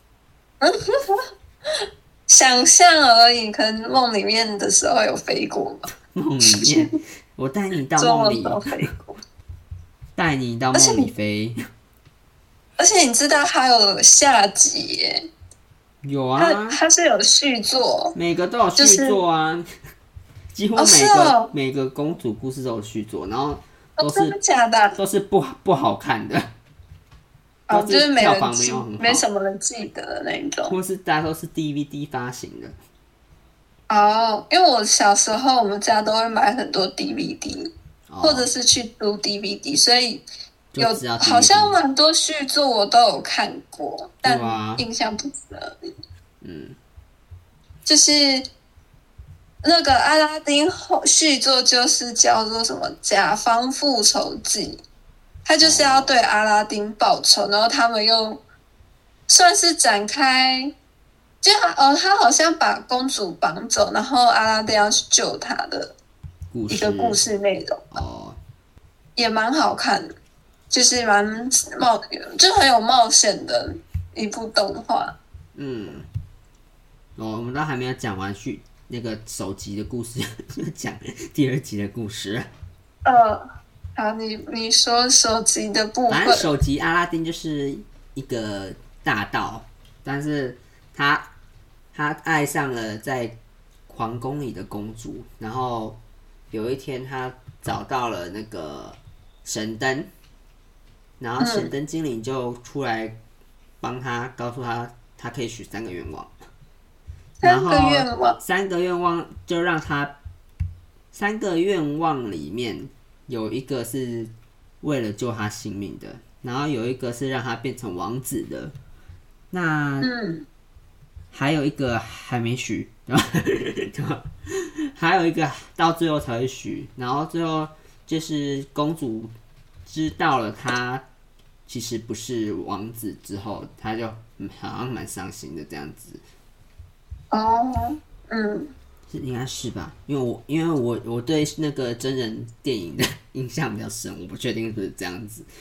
想象而已，可能梦里面的时候有飞过吧。 梦里面，我带你到梦里，带你到梦里飞。 而且你知道还有下集耶？ 有啊， 它它是有续作， 每个都有续作啊，就是、几乎每个、哦哦、每个公主故事都有续作，然后都是、 哦、真的假的？ 都是不不好看的。 哦，就是票房没有很好， 没什么人记得的那种， 或是大家都是 D V D 发行的。 哦，因为我小时候我们家都会买很多 D V D，、哦、或者是去租 D V D， 所以有好像蛮多续作我都有看过，但印象不深而已。 嗯， 就是那个阿拉丁后续作就是叫做什么《甲方复仇记》。他就是要对阿拉丁报仇，然后他们又算是展开，就哦，他好像把公主绑走，然后阿拉丁要去救他的一个故事内容哦， 也蛮好看的，就是蛮冒，就很有冒险的一部动画。 嗯，哦，我们都还没有讲完续那个首集的故事，就讲第二集的故事。 呃。好，你你说首集的部分， 反正首集阿拉丁就是一个大盗，但是他他爱上了在皇宫里的公主，然后有一天他找到了那个神灯，然后神灯精灵就出来帮他，告诉他他可以许三个愿望， 三个愿望， 三个愿望就让他三个愿望里面。有一个是为了救他性命的，然后有一个是让他变成王子的，那还有一个还没许，还有一个到最后才会许，然后最后就是公主知道了他其实不是王子之后，他就好像蛮伤心的这样子。 哦，嗯。 应该是吧，因为我因为我我对那个真人电影的印象比较深，我不确定是不是这样子。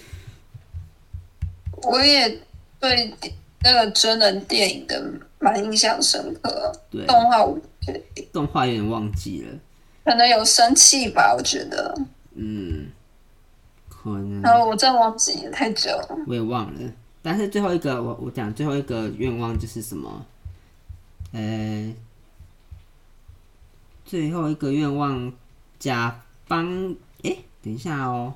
我也对那个真人电影的蛮印象深刻， 对， 动画我不确定， 动画有点忘记了， 可能有生气吧，我觉得。 嗯，可能。 然后我真忘记了太久了， 我也忘了。但是最后一个，我我讲最后一个愿望就是什么？呃。最后一个愿望，甲方哎、欸，等一下哦、喔，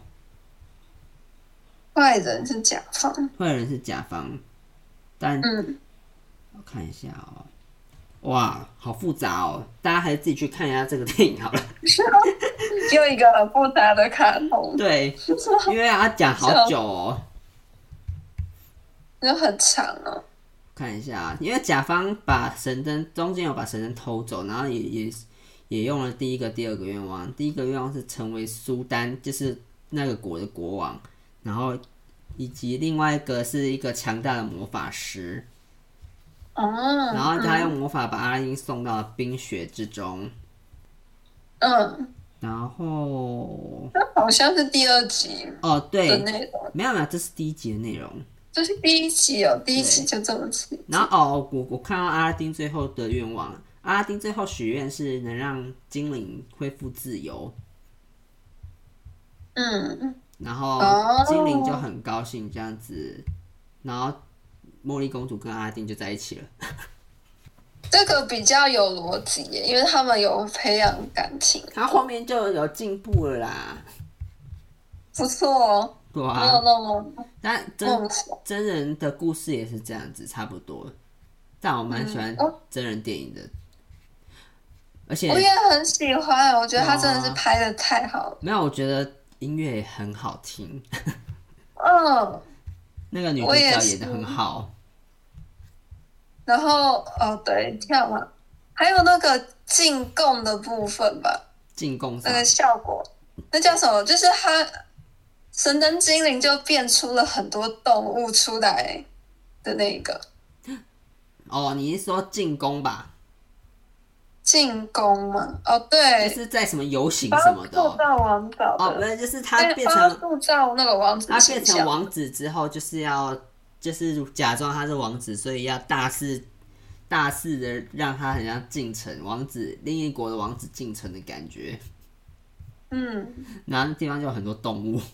坏人是甲方， 坏人是甲方，但嗯， 我看一下哦、喔， 哇，好复杂哦！大家还是自己去看一下这个电影好了。 又一个很复杂的卡通， 对，因为要讲好久哦， 就很长哦。 看一下，因为甲方把神灯中间有把神灯偷走，然后也也也用了第一个、第二个愿望。第一个愿望是成为苏丹，就是那个国的国王，然后以及另外一个是一个强大的魔法师。 哦， 然后他用魔法把阿拉丁送到冰雪之中。 嗯， 然后那好像是第二集哦， 的对， 内容， 没有没有，这是第一集的内容。 这是第一集哦，第一集就这么刺激。 然后哦，我我看到阿拉丁最后的愿望，阿拉丁最后许愿是能让精灵恢复自由。 嗯， 然后精灵就很高兴这样子，然后茉莉公主跟阿拉丁就在一起了。 这个比较有逻辑耶，因为他们有培养感情， 他后面就有进步了啦， 不错哦。 对啊， 没有那么但真梦真人的故事也是这样子，差不多。但我蛮喜欢真人电影的，而且我也很喜欢，我觉得他真的是拍的太好了。 没有，我觉得音乐也很好听。 嗯， 那个女主角演的很好。 然后哦，对，跳嘛，还有那个进贡的部分吧， 进贡那个效果，那叫什么？就是他神灯精灵就变出了很多动物出来的那个。 哦，你是说进攻吧？ 进攻吗？哦，对， 就是在什么游行什么的、哦。 塑造王子哦，不是，就是他变成塑造那个王子， 他变成王子之后，就是要就是假装他是王子，所以要大肆大肆的让他很像进城王子，另一国的王子进城的感觉。 嗯， 然后那地方就有很多动物。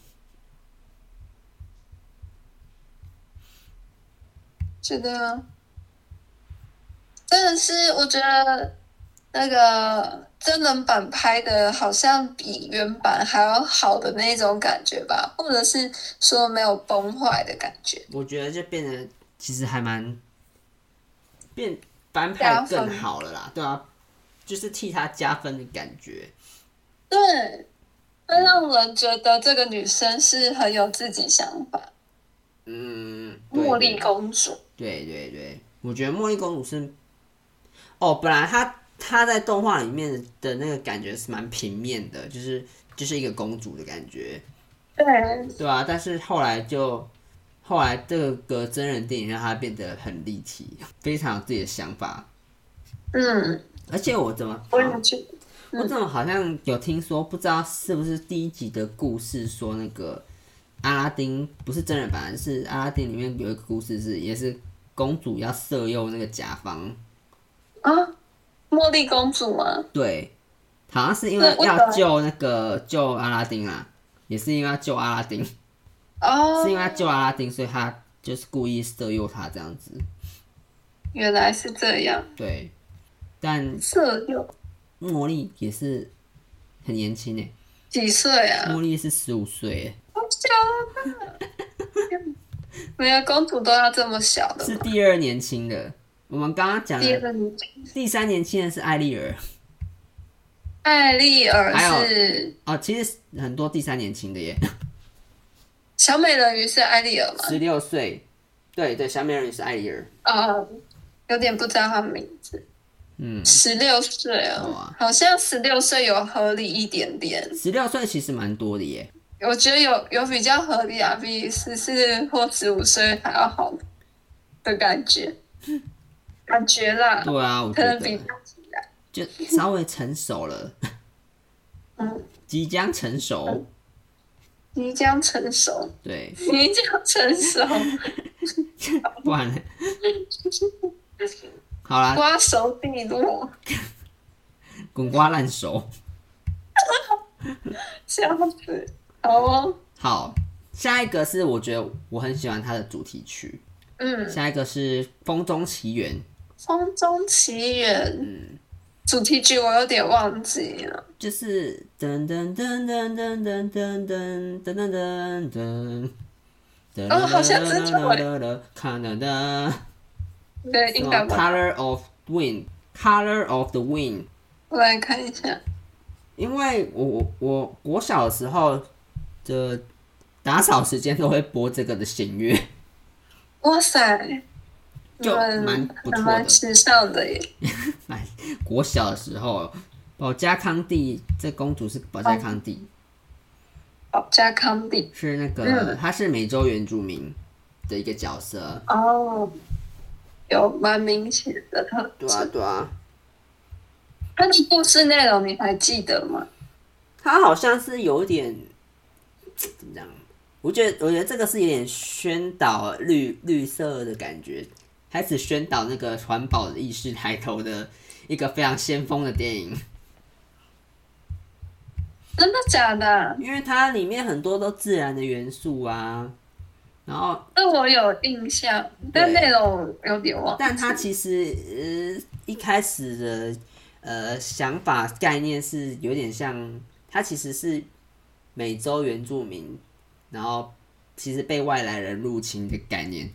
觉得真的是，我觉得那个真人版拍的好像比原版还要好的那种感觉吧，或者是说没有崩坏的感觉。 我觉得就变得其实还蛮变翻拍更好了啦，对啊，就是替他加分的感觉。 对，会让人觉得这个女生是很有自己想法。 嗯， 茉莉公主。 对对对，我觉得茉莉公主是，哦，本来她她在动画里面的那个感觉是蛮平面的，就是就是一个公主的感觉。 对。 对啊，但是后来就后来这个真人电影让她变得很立体，非常有自己的想法。 嗯， 而且我怎么， 我也觉得， 我怎么好像有听说，不知道是不是第一集的故事说那个阿拉丁不是真人版，是阿拉丁里面有一个故事是也是公主要色诱那个甲方啊，茉莉公主吗？ 对，好像是因为要救那个救阿拉丁啦，也是因为要救阿拉丁， 哦， 是因为要救阿拉丁，所以他就是故意色诱他这样子。 原来是这样。 对，但色诱， 茉莉也是很年轻诶， 几岁啊？ 茉莉是十五岁诶， 好小啊！每个公主都要这么小的吗？ 是第二年轻的。我们刚刚讲的第三年轻的是艾丽儿， 艾丽儿是哦，其实很多第三年轻的耶。 小美人鱼是艾丽儿吗？ 十六岁，对对，小美人鱼是艾丽儿。 啊，有点不知道她名字。 嗯， 十六岁哦，好像十六岁有合理一点点。 十六岁其实蛮多的耶。 我觉得有有比较合理啊，比十四或十五岁还要好的感觉，感觉啦。 对啊，我觉得可能比就稍微成熟了， 嗯， 即将成熟， 即将成熟， 对， 即将成熟， 不然呢？好啦， 瓜熟蒂落， 滚瓜烂熟， 笑死。好哦， 好，下一个是我觉得我很喜欢它的主题曲， 嗯， 下一个是《风中奇缘》。 风中奇缘，嗯，主题曲我有点忘记了， 就是噔噔噔噔噔噔噔噔噔噔噔噔， 哦，好像知道哎， 看噔噔， 对，应该吧。 Color of Wind， Color of the Wind》。 我来看一下。 因为我我我我小的时候的打扫时间都会播这个的弦乐。 哇塞， 就蛮不错的， 蛮时尚的耶。 国小的时候，保加康帝这公主是保加康帝。 保加康帝是那个， 嗯、 他是美洲原住民的一个角色。 哦，有蛮明显的特质。 对啊，对啊。 他的故事内容你还记得吗？ 他好像是有点怎么讲？我觉得，我觉得这个是有点宣导绿绿色的感觉，开始宣导那个环保的意识抬头的一个非常先锋的电影。 真的假的？ 因为它里面很多都自然的元素啊，然后这我有印象，但内容有点忘记。 但它其实呃一开始的呃想法概念是有点像，它其实是美洲原住民，然后其实被外来人入侵的概念。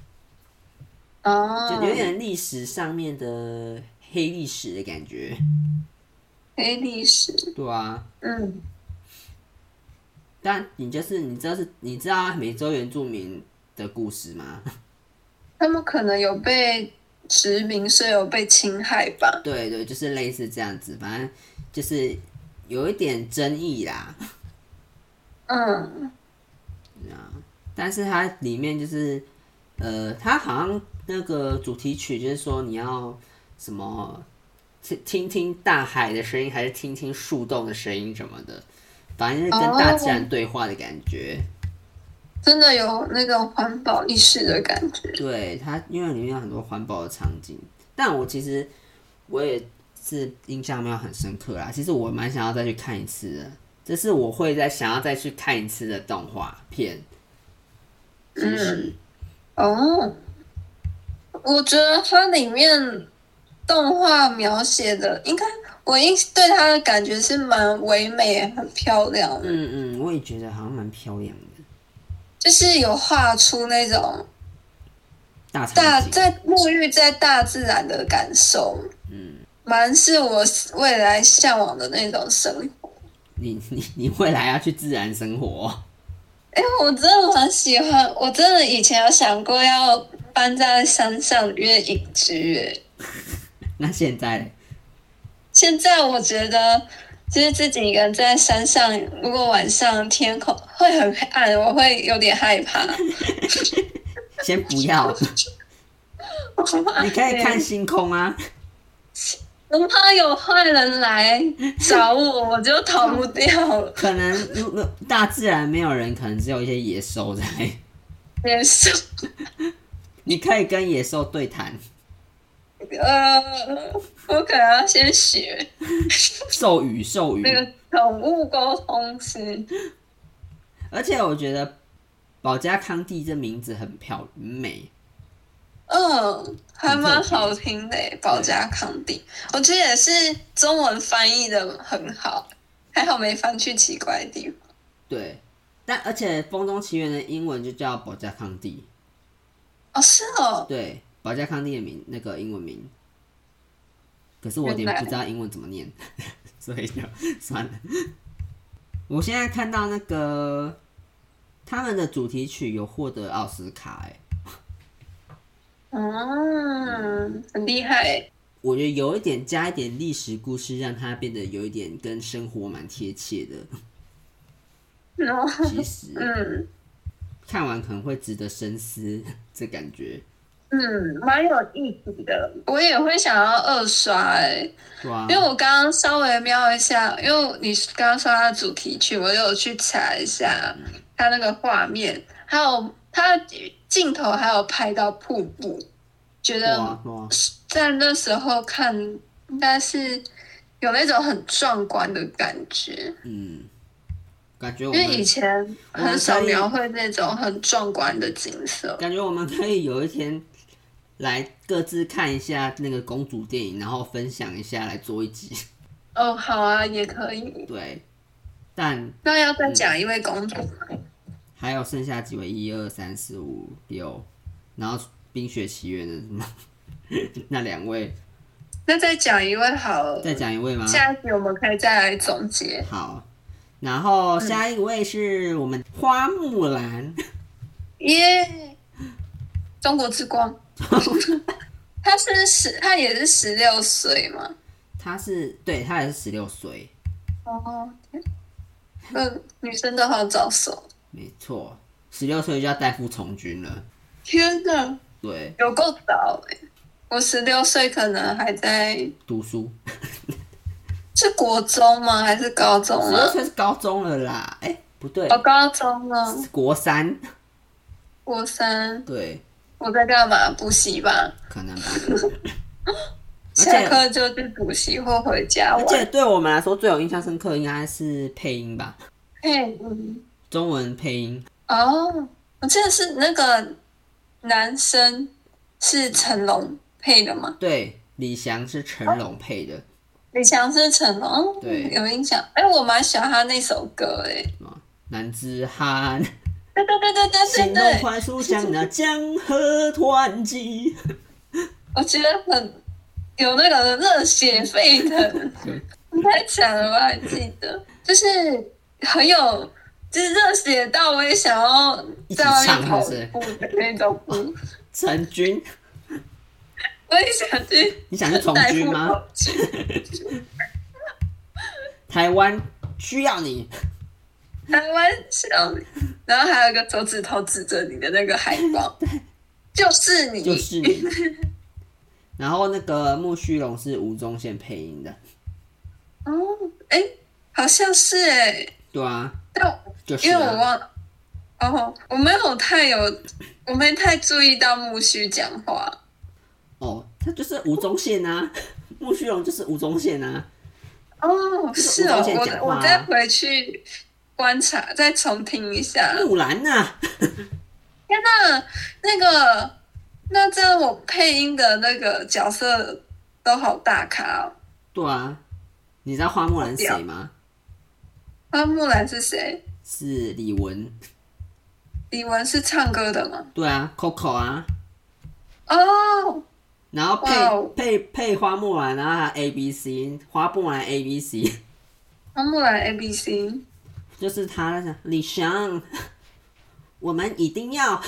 哦， 就有点历史上面的黑历史的感觉。 黑历史。 对啊。 嗯。 但你就是你知道是你知道美洲原住民的故事吗？ 他们可能有被殖民，所以有被侵害吧？ 对对，就是类似这样子，反正就是有一点争议啦。 嗯。 但是它里面就是呃，它好像那个主题曲就是说你要什么听听大海的声音，还是听听树洞的声音什么的。反正是跟大自然对话的感觉。哦、 真的有那种环保意识的感觉。 对它，因为里面有很多环保的场景，但我其实我也是印象没有很深刻啦。其实我蛮想要再去看一次的，这是我会再想要再去看一次的动画片。其实， 嗯，哦，我觉得它里面动画描写的应该。我应对它的感觉是蛮唯美、很漂亮的。 嗯嗯，我也觉得好像蛮漂亮的， 就是有画出那种大大在沐浴在大自然的感受。嗯，蛮是我未来向往的那种生活。 你你你未来要去自然生活？ 哎、欸，我真的很喜欢，我真的以前有想过要搬在山上约隐居。哎， 那现在呢？ 现在我觉得，就是自己一个人在山上，如果晚上天空会很暗，我会有点害怕。 先不要，你可以看星空啊。 我怕有坏人来找我，我就逃不掉了。 可能如果大自然没有人，可能只有一些野兽在。 野兽， 你可以跟野兽对谈。 呃，我可能要先学授语授语那个宠物沟通师。 而且我觉得保加康帝这名字很漂很美。 嗯，还蛮好听的耶，保加康帝。我觉得也是中文翻译的很好，还好没翻去奇怪的地方。 对，但而且《风中奇缘》的英文就叫保加康帝。 哦，是哦。 对。保加康帝的名那个英文名，可是我有点不知道英文怎么念，所以就算了。我现在看到那个他们的主题曲有获得奥斯卡，哎， 嗯，很厉害。 我觉得有一点加一点历史故事，让它变得有一点跟生活蛮贴切的。其实，嗯，看完可能会值得深思，这感觉。 嗯，蛮有意思的，我也会想要二刷哎、欸， 对啊， 因为我刚刚稍微瞄一下，因为你刚刚说它的主题曲，我有去查一下它那个画面，还有它镜头还有拍到瀑布，觉得在那时候看应该是有那种很壮观的感觉。 嗯，感觉我因为以前很少描绘那种很壮观的景色， 感觉我们可以有一天。来各自看一下那个公主电影，然后分享一下，来做一集。 哦，好啊，也可以。 对，但那要再讲一位公主吗？ 嗯、还有剩下几位，一二三四五六，然后《冰雪奇缘》的什么那两位， 那再讲一位好了， 再讲一位吗？ 下一集我们可以再来总结。 好，然后下一位是我们花木兰， 耶、yeah! 中国之光。他是十，他也是十六岁嘛？ 他是对，他也是十六岁。 哦，嗯，女生都好早熟。 没错，十六岁就要代父从军了。 天哪！ 对， 有够早哎！我十六岁可能还在读书。 是国中吗？还是高中十六岁是高中了啦。哎、欸，不对， 哦，高中了。 国三。 国三。 对。 我在干嘛？补习吧。 可能吧。 下课就去补习或回家玩。 而且对我们来说最有印象深刻应该是配音吧。 配音。 中文配音。 哦，我记得是那个男生是成龙配的吗？ 对，李翔是成龙配的。哦、 李翔是成龙，对，有印象。哎、欸，我蛮喜欢他那首歌哎。 男子汉。 对对对对对对， 行动快速像那江河湍急。 我觉得很有那个热血沸腾，太强了，我还记得，就是很有，就是热血到我也想要在外面跑步的那种步。 成军， 我也想去。 你想去从军吗？台湾需要你。 台湾需要你，然后还有一个手指头指着你的那个海报，就是你， 就是你。然后那个木须龙是吴宗宪配音的。 哦，哎，好像是哎。 对啊。 但就是因为我忘，哦，我没有太有，我没太注意到木须讲话。 哦，他就是吴宗宪啊，木须龙就是吴宗宪啊。 哦，是哦，我我再回去观察，再重听一下。 木兰啊！ 天哪，那个，那这样我配音的那个角色都好大咖哦。 对啊，你知道花木兰是谁吗？ 花木兰是谁？ 是李玟。 李玟是唱歌的吗？ 对啊 ，Coco 啊。 哦。 然后配、wow. 配配花木兰，然后还 A B C， 花木兰 A B C。 花木兰 A B C。 就是他李翔，我们一定要。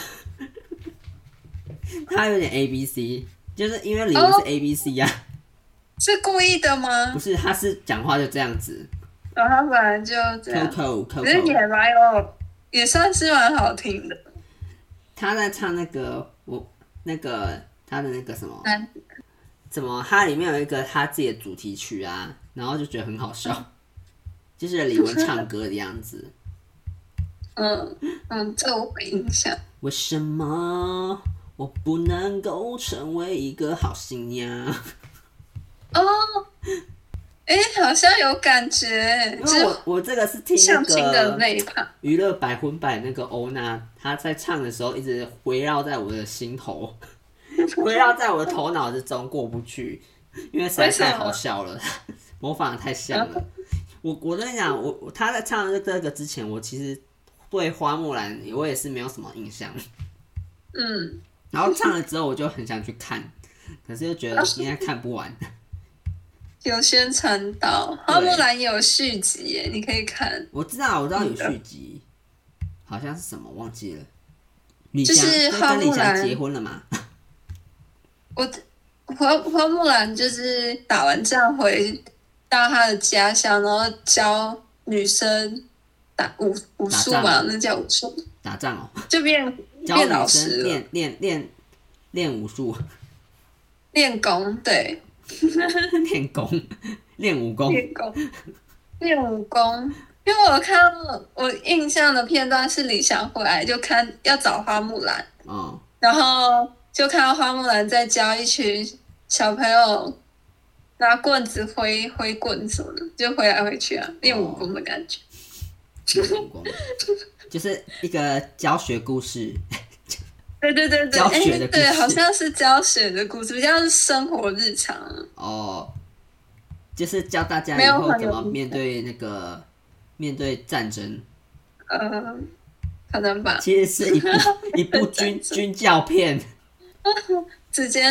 他有点 A B C， 就是因为李玟是 A B C 啊。Oh, 是故意的吗？ 不是，他是讲话就这样子。 然、哦、后他本来就这样。 Coco Coco， 可是也蛮有，也算是蛮好听的。 他在唱那个我那个他的那个什么？怎么？他里面有一个他自己的主题曲啊，然后就觉得很好笑。就是李玟唱歌的样子。 嗯嗯，这我没印象。 为什么我不能够成为一个好新娘？ 哦，哎，好像有感觉。 因为我我这个是听那个娱乐百分百那个欧娜，她在唱的时候一直围绕在我的心头，围绕在我的头脑之中过不去，因为实在太好笑了，模仿的太像了。我我跟你讲，我他在唱这个之前，我其实对花木兰我也是没有什么印象。 嗯， 然后唱了之后，我就很想去看，可是又觉得应该看不完。 有宣传到花木兰也有续集耶，你可以看。 我知道，我知道有续集，好像是什么忘记了。李翔就是花木兰跟李翔结婚了吗？ 我花花木兰就是打完仗回到他的家乡，然后教女生打武武术嘛，那叫武术。 打仗哦， 就变变老师了， 练练练练武术， 练功，对， 练功，练武功， 练功，练武功。因为我看我印象的片段是李翔回来就看要找花木兰， 哦， 然后就看到花木兰在教一群小朋友拿棍子挥挥棍什么的，就挥来挥去啊，练武功的感觉。 练武功，就是一个教学故事。 对对对对， 教学的故事， 对，好像是教学的故事，比较是生活日常。 哦，就是教大家以后怎么面对那个面对战争。 呃，可能吧。 其实是一部一部军军教片。 直接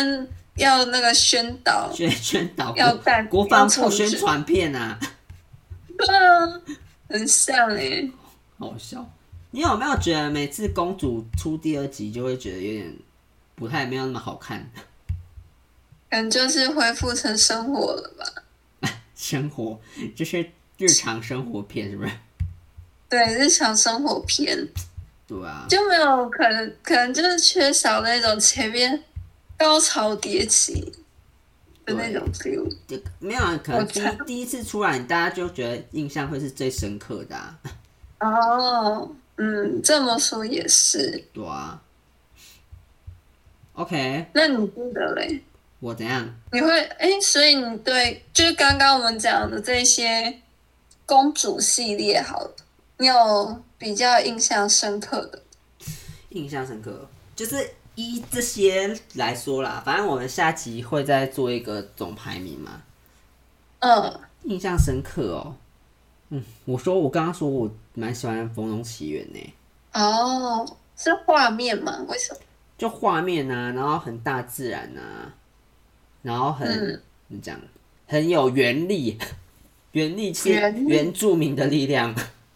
要那个宣导， 宣宣导要带国防部宣传片啊， 对啊，很像哎， 好笑。你有没有觉得每次公主出第二集就会觉得有点不太没有那么好看？ 可能就是恢复成生活了吧？ 生活就是日常生活片，是不是？ 对，日常生活片。 对啊， 就没有可能，可能就是缺少那种前面高潮迭起的那种 feel。 没有，可能第一第一次出来，大家就觉得印象会是最深刻的啊。 哦，嗯，这么说也是。 对啊。OK。 那你记得嘞？ 我怎样？ 你会哎，所以你对就是刚刚我们讲的这些公主系列，好了，你有比较印象深刻的？ 印象深刻就是依这些来说啦，反正我们下集会再做一个总排名嘛。 嗯， 印象深刻哦。嗯，我说我刚刚说我蛮喜欢《风中奇缘》呢。 哦，是画面吗？为什么？ 就画面啊，然后很大自然啊，然后很怎么讲，很有原力，原力是原住民的力量。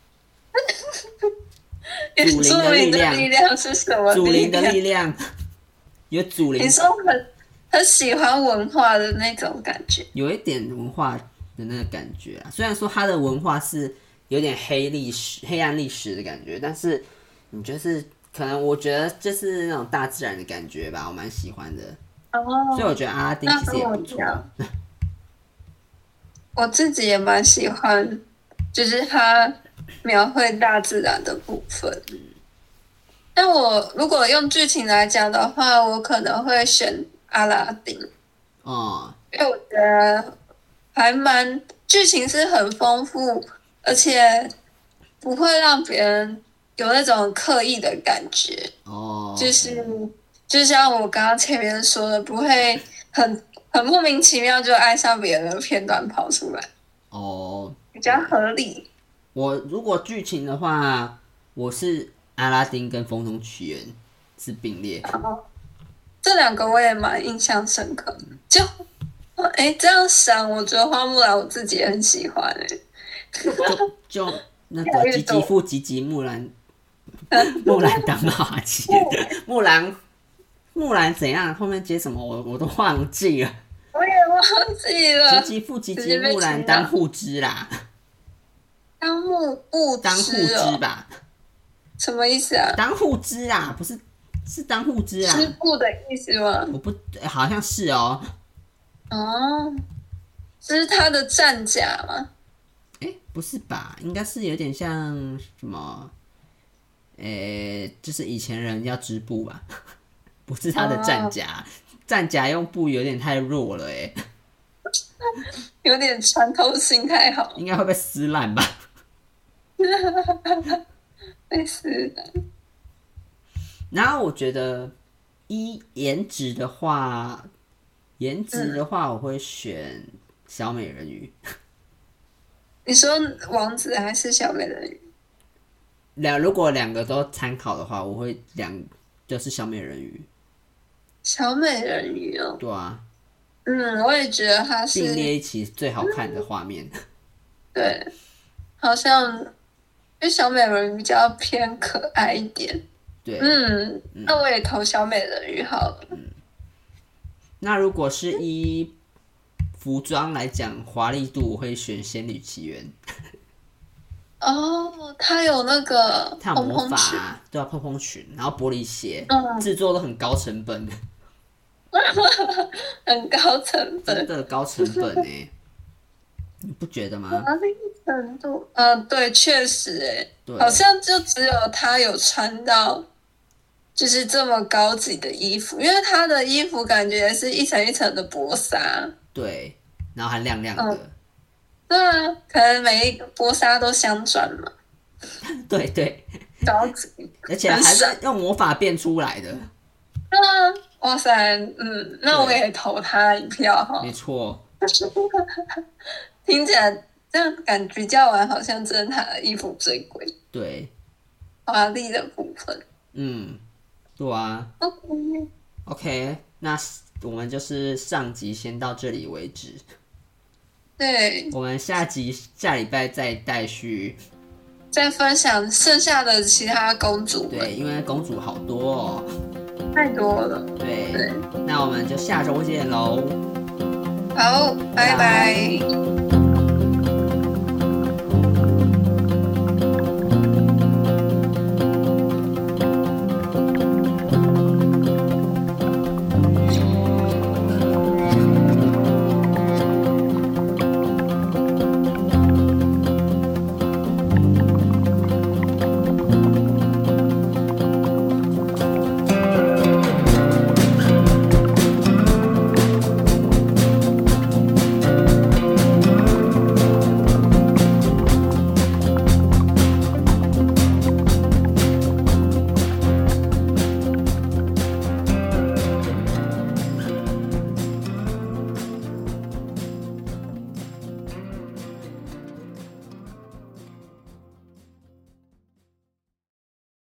原住民的力量是什么？ 祖灵的力量，有祖灵。 你说很很喜欢文化的那种感觉， 有一点文化的那个感觉啊。虽然说他的文化是有点黑历史、黑暗历史的感觉，但是你就是可能我觉得就是那种大自然的感觉吧，我蛮喜欢的。 哦， 所以我觉得阿拉丁其实也不错。 我自己也蛮喜欢，就是他描绘大自然的部分。但我如果用剧情来讲的话，我可能会选阿拉丁。 哦， 因为我觉得还蛮剧情是很丰富，而且不会让别人有那种刻意的感觉。 哦， 就是就像我刚刚前面说的，不会很很莫名其妙就爱上别人的片段跑出来。 哦， 比较合理。 我如果剧情的话，我是阿拉丁跟风中奇缘是并列。 哦，这两个我也蛮印象深刻。就，哎，这样想，我觉得花木兰我自己也很喜欢哎。 就就那个吉吉夫吉吉木兰，木兰当马吉，木兰木兰怎样？后面接什么我我都忘记了。 我也忘记了。 吉吉夫吉吉木兰当户织啦。 当户户当户织吧？ 什么意思啊？ 当户织啊，不是是当户织啊？ 织布的意思吗？ 我不，好像是哦。 哦，这是他的战甲吗？ 哎、欸，不是吧？应该是有点像什么？呃、欸，就是以前人要织布吧，不是他的战甲，战、哦、甲用布有点太弱了哎、欸， 有点穿透性太好， 应该会被撕烂吧？ 被撕烂。 然后我觉得，依颜值的话，颜值的话，我会选小美人鱼。 你说王子还是小美人鱼？ 两如果两个都参考的话，我会两就是小美人鱼。 小美人鱼哦。 对啊。 嗯，我也觉得它是并列一起最好看的画面。嗯、 对，好像因为小美人鱼比较偏可爱一点。 对。 嗯，嗯那我也投小美人鱼好了。 嗯。那如果是依服装来讲华丽度，我会选仙女奇缘。 哦，它有那个它有魔法、啊，对啊，蓬蓬裙，然后玻璃鞋，制、嗯、作都很高成本， 很高成本， 真的高成本哎，你不觉得吗？ 华丽程度，嗯、呃，对，确实哎，好像就只有他有穿到，就是这么高级的衣服，因为他的衣服感觉是一层一层的薄纱， 对，然后还亮亮的。嗯， 对啊，可能每一个薄纱都镶钻嘛。 对对， 高级， 而且还是用魔法变出来的。 对啊，哇塞，嗯，那我也投他一票哈。 没错。 听起来这样感觉较完，好像真的他的衣服最贵。 对， 华丽的部分。 嗯，对啊。 OK， OK， 那我们就是上集先到这里为止。 对， 我们下集下礼拜再待续， 再分享剩下的其他公主们。 对，因为公主好多哦， 太多了。 对， 对， 那我们就下周见喽。 好，拜拜。 拜拜。